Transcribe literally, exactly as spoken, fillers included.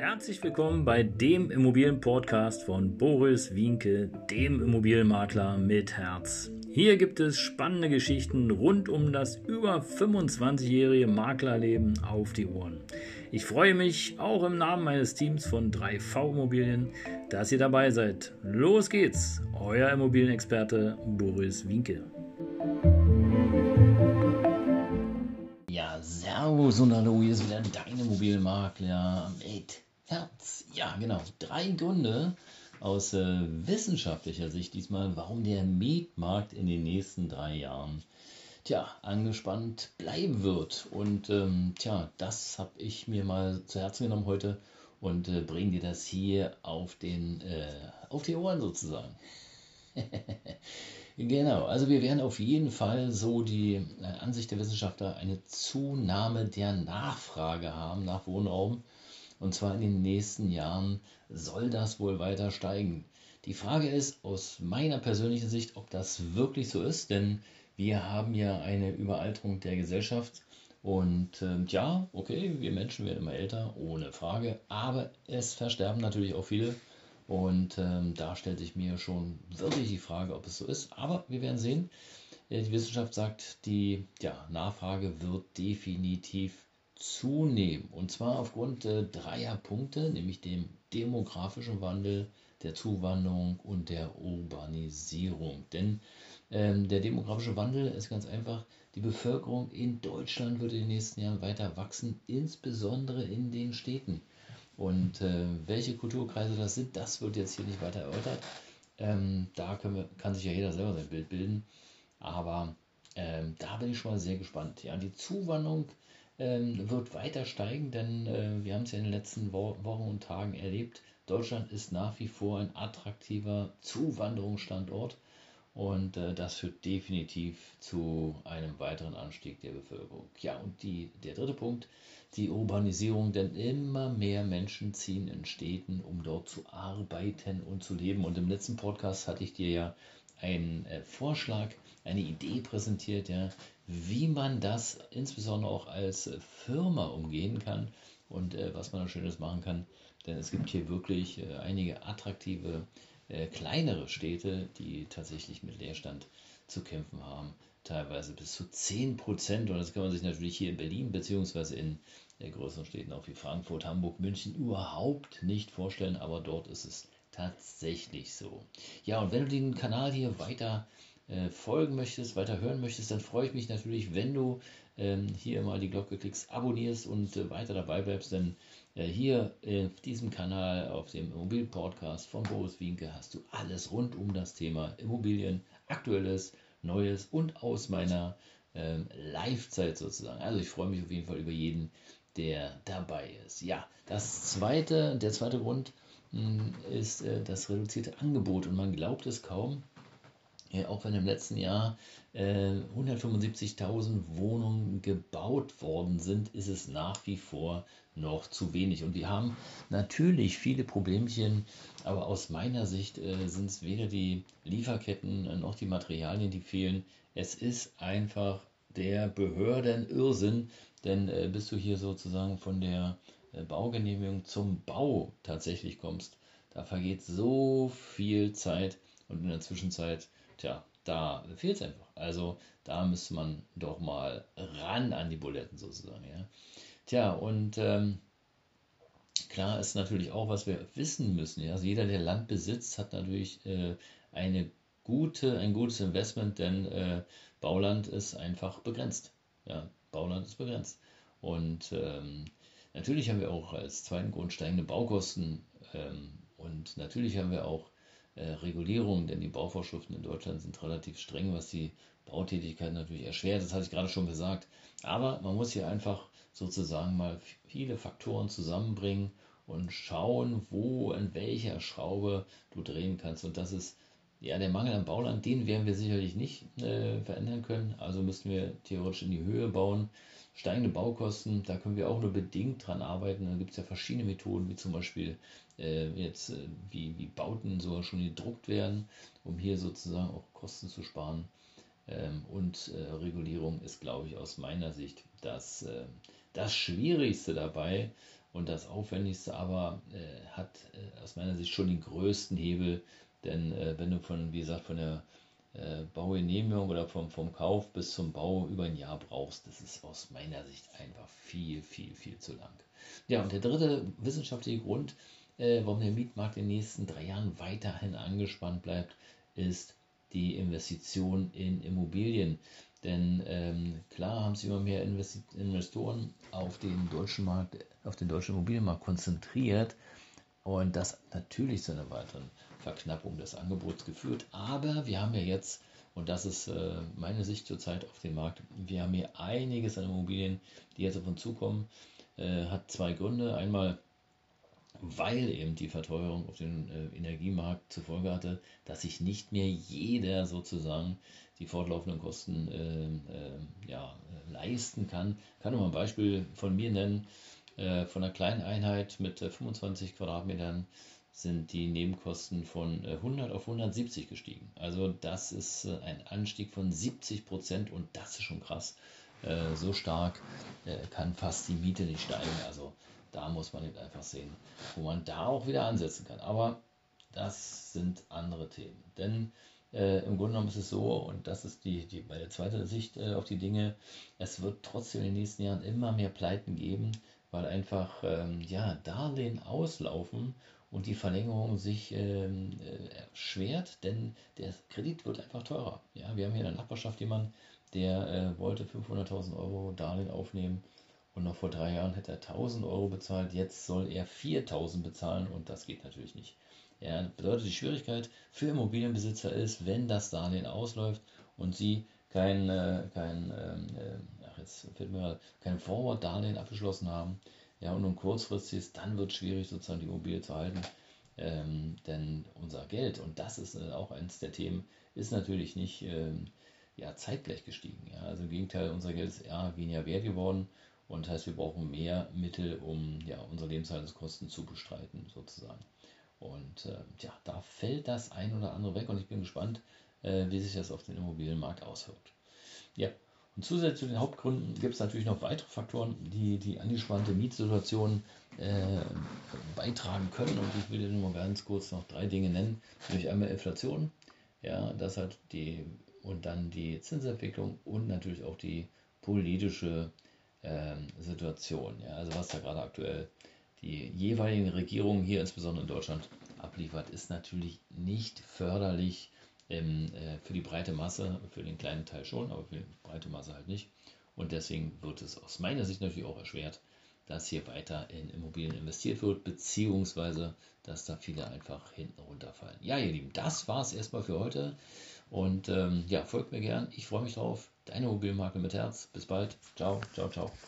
Herzlich willkommen bei dem Immobilien-Podcast von Boris Wienke, dem Immobilienmakler mit Herz. Hier gibt es spannende Geschichten rund um das über fünfundzwanzigjährige Maklerleben auf die Ohren. Ich freue mich auch im Namen meines Teams von drei V Immobilien, dass ihr dabei seid. Los geht's, euer Immobilienexperte Boris Wienke. Ja, servus und hallo, hier ist wieder dein Immobilienmakler mit Herz. Ja, genau, drei Gründe aus äh, wissenschaftlicher Sicht diesmal, warum der Mietmarkt in den nächsten drei Jahren tja, angespannt bleiben wird. Und ähm, tja, das habe ich mir mal zu Herzen genommen heute und äh, bringe dir das hier auf, den, äh, auf die Ohren sozusagen. Genau, also wir werden auf jeden Fall so die äh, Ansicht der Wissenschaftler eine Zunahme der Nachfrage haben nach Wohnraum. Und zwar in den nächsten Jahren soll das wohl weiter steigen. Die Frage ist aus meiner persönlichen Sicht, ob das wirklich so ist, denn wir haben ja eine Überalterung der Gesellschaft. Und äh, ja, okay, wir Menschen werden immer älter, ohne Frage, aber es versterben natürlich auch viele. Und ähm, da stellt sich mir schon wirklich die Frage, ob es so ist. Aber wir werden sehen. Die Wissenschaft sagt, die ja, Nachfrage wird definitiv zunehmen. Und zwar aufgrund äh, dreier Punkte, nämlich dem demografischen Wandel, der Zuwanderung und der Urbanisierung. Denn ähm, der demografische Wandel ist ganz einfach, die Bevölkerung in Deutschland wird in den nächsten Jahren weiter wachsen, insbesondere in den Städten. Und äh, welche Kulturkreise das sind, das wird jetzt hier nicht weiter erörtert. Ähm, da können wir, kann sich ja jeder selber sein Bild bilden. Aber ähm, da bin ich schon mal sehr gespannt. Ja, die Zuwanderung ähm, wird weiter steigen, denn äh, wir haben es ja in den letzten Wo- Wochen und Tagen erlebt. Deutschland ist nach wie vor ein attraktiver Zuwanderungsstandort. Und äh, das führt definitiv zu einem weiteren Anstieg der Bevölkerung. Ja, und die, der dritte Punkt, die Urbanisierung, denn immer mehr Menschen ziehen in Städten, um dort zu arbeiten und zu leben. Und im letzten Podcast hatte ich dir ja einen äh, Vorschlag, eine Idee präsentiert, ja, wie man das insbesondere auch als äh, Firma umgehen kann und äh, was man da Schönes machen kann. Denn es gibt hier wirklich äh, einige attraktive äh, kleinere Städte, die tatsächlich mit Leerstand zu kämpfen haben, teilweise bis zu zehn Prozent. Und das kann man sich natürlich hier in Berlin bzw. in äh, größeren Städten auch wie Frankfurt, Hamburg, München überhaupt nicht vorstellen, aber dort ist es tatsächlich so. Ja, und wenn du den Kanal hier weiter äh, folgen möchtest, weiter hören möchtest, dann freue ich mich natürlich, wenn du ähm, hier mal die Glocke klickst, abonnierst und äh, weiter dabei bleibst, denn äh, hier äh, auf diesem Kanal, auf dem Immobilien-Podcast von Boris Wienke, hast du alles rund um das Thema Immobilien, Aktuelles, Neues und aus meiner ähm, Live-Zeit sozusagen. Also ich freue mich auf jeden Fall über jeden, der dabei ist. Ja, das zweite, der zweite Grund mh, ist äh, das reduzierte Angebot und man glaubt es kaum. Ja, auch wenn im letzten Jahr äh, hundertfünfundsiebzigtausend Wohnungen gebaut worden sind, ist es nach wie vor noch zu wenig. Und wir haben natürlich viele Problemchen, aber aus meiner Sicht äh, sind es weder die Lieferketten äh, noch die Materialien, die fehlen. Es ist einfach der Behördenirrsinn, denn äh, bis du hier sozusagen von der äh, Baugenehmigung zum Bau tatsächlich kommst, da vergeht so viel Zeit und in der Zwischenzeit, tja, da fehlt es einfach. Also da müsste man doch mal ran an die Buletten sozusagen. Ja. Tja, und ähm, klar ist natürlich auch, was wir wissen müssen. Ja. Also jeder, der Land besitzt, hat natürlich äh, eine gute, ein gutes Investment, denn äh, Bauland ist einfach begrenzt. Ja, Bauland ist begrenzt. Und ähm, natürlich haben wir auch als zweiten Grund steigende Baukosten. Ähm, und natürlich haben wir auch äh, Regulierung, denn die Bauvorschriften in Deutschland sind relativ streng, was die Bautätigkeit natürlich erschwert. Das hatte ich gerade schon gesagt. Aber man muss hier einfach sozusagen mal viele Faktoren zusammenbringen und schauen, wo, in welcher Schraube du drehen kannst. Und das ist ja der Mangel an Bauland, den werden wir sicherlich nicht äh, verändern können. Also müssen wir theoretisch in die Höhe bauen. Steigende Baukosten, da können wir auch nur bedingt dran arbeiten. Da gibt es ja verschiedene Methoden, wie zum Beispiel äh, jetzt, äh, wie, wie Bauten sogar schon gedruckt werden, um hier sozusagen auch Kosten zu sparen. Ähm, und äh, Regulierung ist, glaube ich, aus meiner Sicht das, äh, das Schwierigste dabei. und das aufwendigste, aber äh, hat äh, aus meiner Sicht schon den größten Hebel, denn äh, wenn du von, wie gesagt, von der äh, Baugenehmigung oder vom, vom Kauf bis zum Bau über ein Jahr brauchst, das ist aus meiner Sicht einfach viel, viel, viel zu lang. Ja, und der dritte wissenschaftliche Grund, äh, warum der Mietmarkt in den nächsten drei Jahren weiterhin angespannt bleibt, ist die Investition in Immobilien. Denn ähm, klar haben sich immer mehr Investi Investoren auf den deutschen Markt, auf den deutschen Immobilienmarkt konzentriert und das hat natürlich zu einer weiteren Verknappung des Angebots geführt. Aber wir haben ja jetzt, und das ist äh, meine Sicht zurzeit auf dem Markt, wir haben hier einiges an Immobilien, die jetzt auf uns zukommen. Äh, hat zwei Gründe. Einmal, weil eben die Verteuerung auf dem äh, Energiemarkt zur Folge hatte, dass sich nicht mehr jeder sozusagen die fortlaufenden Kosten äh, äh, ja, äh, leisten kann. Ich kann nur mal ein Beispiel von mir nennen. Äh, von einer kleinen Einheit mit äh, fünfundzwanzig Quadratmetern sind die Nebenkosten von äh, hundert auf hundertsiebzig gestiegen. Also das ist äh, ein Anstieg von siebzig Prozent und das ist schon krass. Äh, so stark äh, kann fast die Miete nicht steigen. Also da muss man eben einfach sehen, wo man da auch wieder ansetzen kann. Aber das sind andere Themen. Denn äh, im Grunde genommen ist es so, und das ist die, die meine zweite Sicht äh, auf die Dinge, es wird trotzdem in den nächsten Jahren immer mehr Pleiten geben, weil einfach ähm, ja, Darlehen auslaufen und die Verlängerung sich ähm, äh, erschwert, denn der Kredit wird einfach teurer. Ja, wir haben hier in der Nachbarschaft jemanden, der äh, wollte fünfhunderttausend Euro Darlehen aufnehmen und noch vor drei Jahren hätte er tausend Euro bezahlt, jetzt soll er viertausend bezahlen und das geht natürlich nicht. Ja, bedeutet, die Schwierigkeit für Immobilienbesitzer ist, wenn das Darlehen ausläuft und sie kein, äh, kein, ähm, äh, ach jetzt fällt mir mal, kein Forward-Darlehen abgeschlossen haben, ja, und nun kurzfristig ist, dann wird es schwierig, sozusagen die Immobilie zu halten. Ähm, denn unser Geld, und das ist äh, auch eines der Themen, ist natürlich nicht ähm, ja, zeitgleich gestiegen. Ja. Also im Gegenteil, unser Geld ist eher weniger wert geworden und das heißt, wir brauchen mehr Mittel, um ja, unsere Lebenshaltungskosten zu bestreiten, sozusagen. Und äh, ja, da fällt das ein oder andere weg und ich bin gespannt, äh, wie sich das auf den Immobilienmarkt auswirkt. Ja, und zusätzlich zu den Hauptgründen gibt es natürlich noch weitere Faktoren, die die angespannte Mietsituation äh, beitragen können. Und ich will dir nur mal ganz kurz noch drei Dinge nennen. Nämlich einmal Inflation, ja, das hat die und dann die Zinsentwicklung und natürlich auch die politische ähm, Situation. Ja, also was da gerade aktuell die jeweiligen Regierungen hier, insbesondere in Deutschland, abliefert, ist natürlich nicht förderlich ähm, äh, für die breite Masse, für den kleinen Teil schon, aber für die breite Masse halt nicht. Und deswegen wird es aus meiner Sicht natürlich auch erschwert, dass hier weiter in Immobilien investiert wird, beziehungsweise dass da viele einfach hinten runterfallen. Ja, ihr Lieben, das war es erstmal für heute. Und ähm, ja, folgt mir gern. Ich freue mich drauf. Deine Immobilienmakler mit Herz. Bis bald. Ciao, ciao, ciao.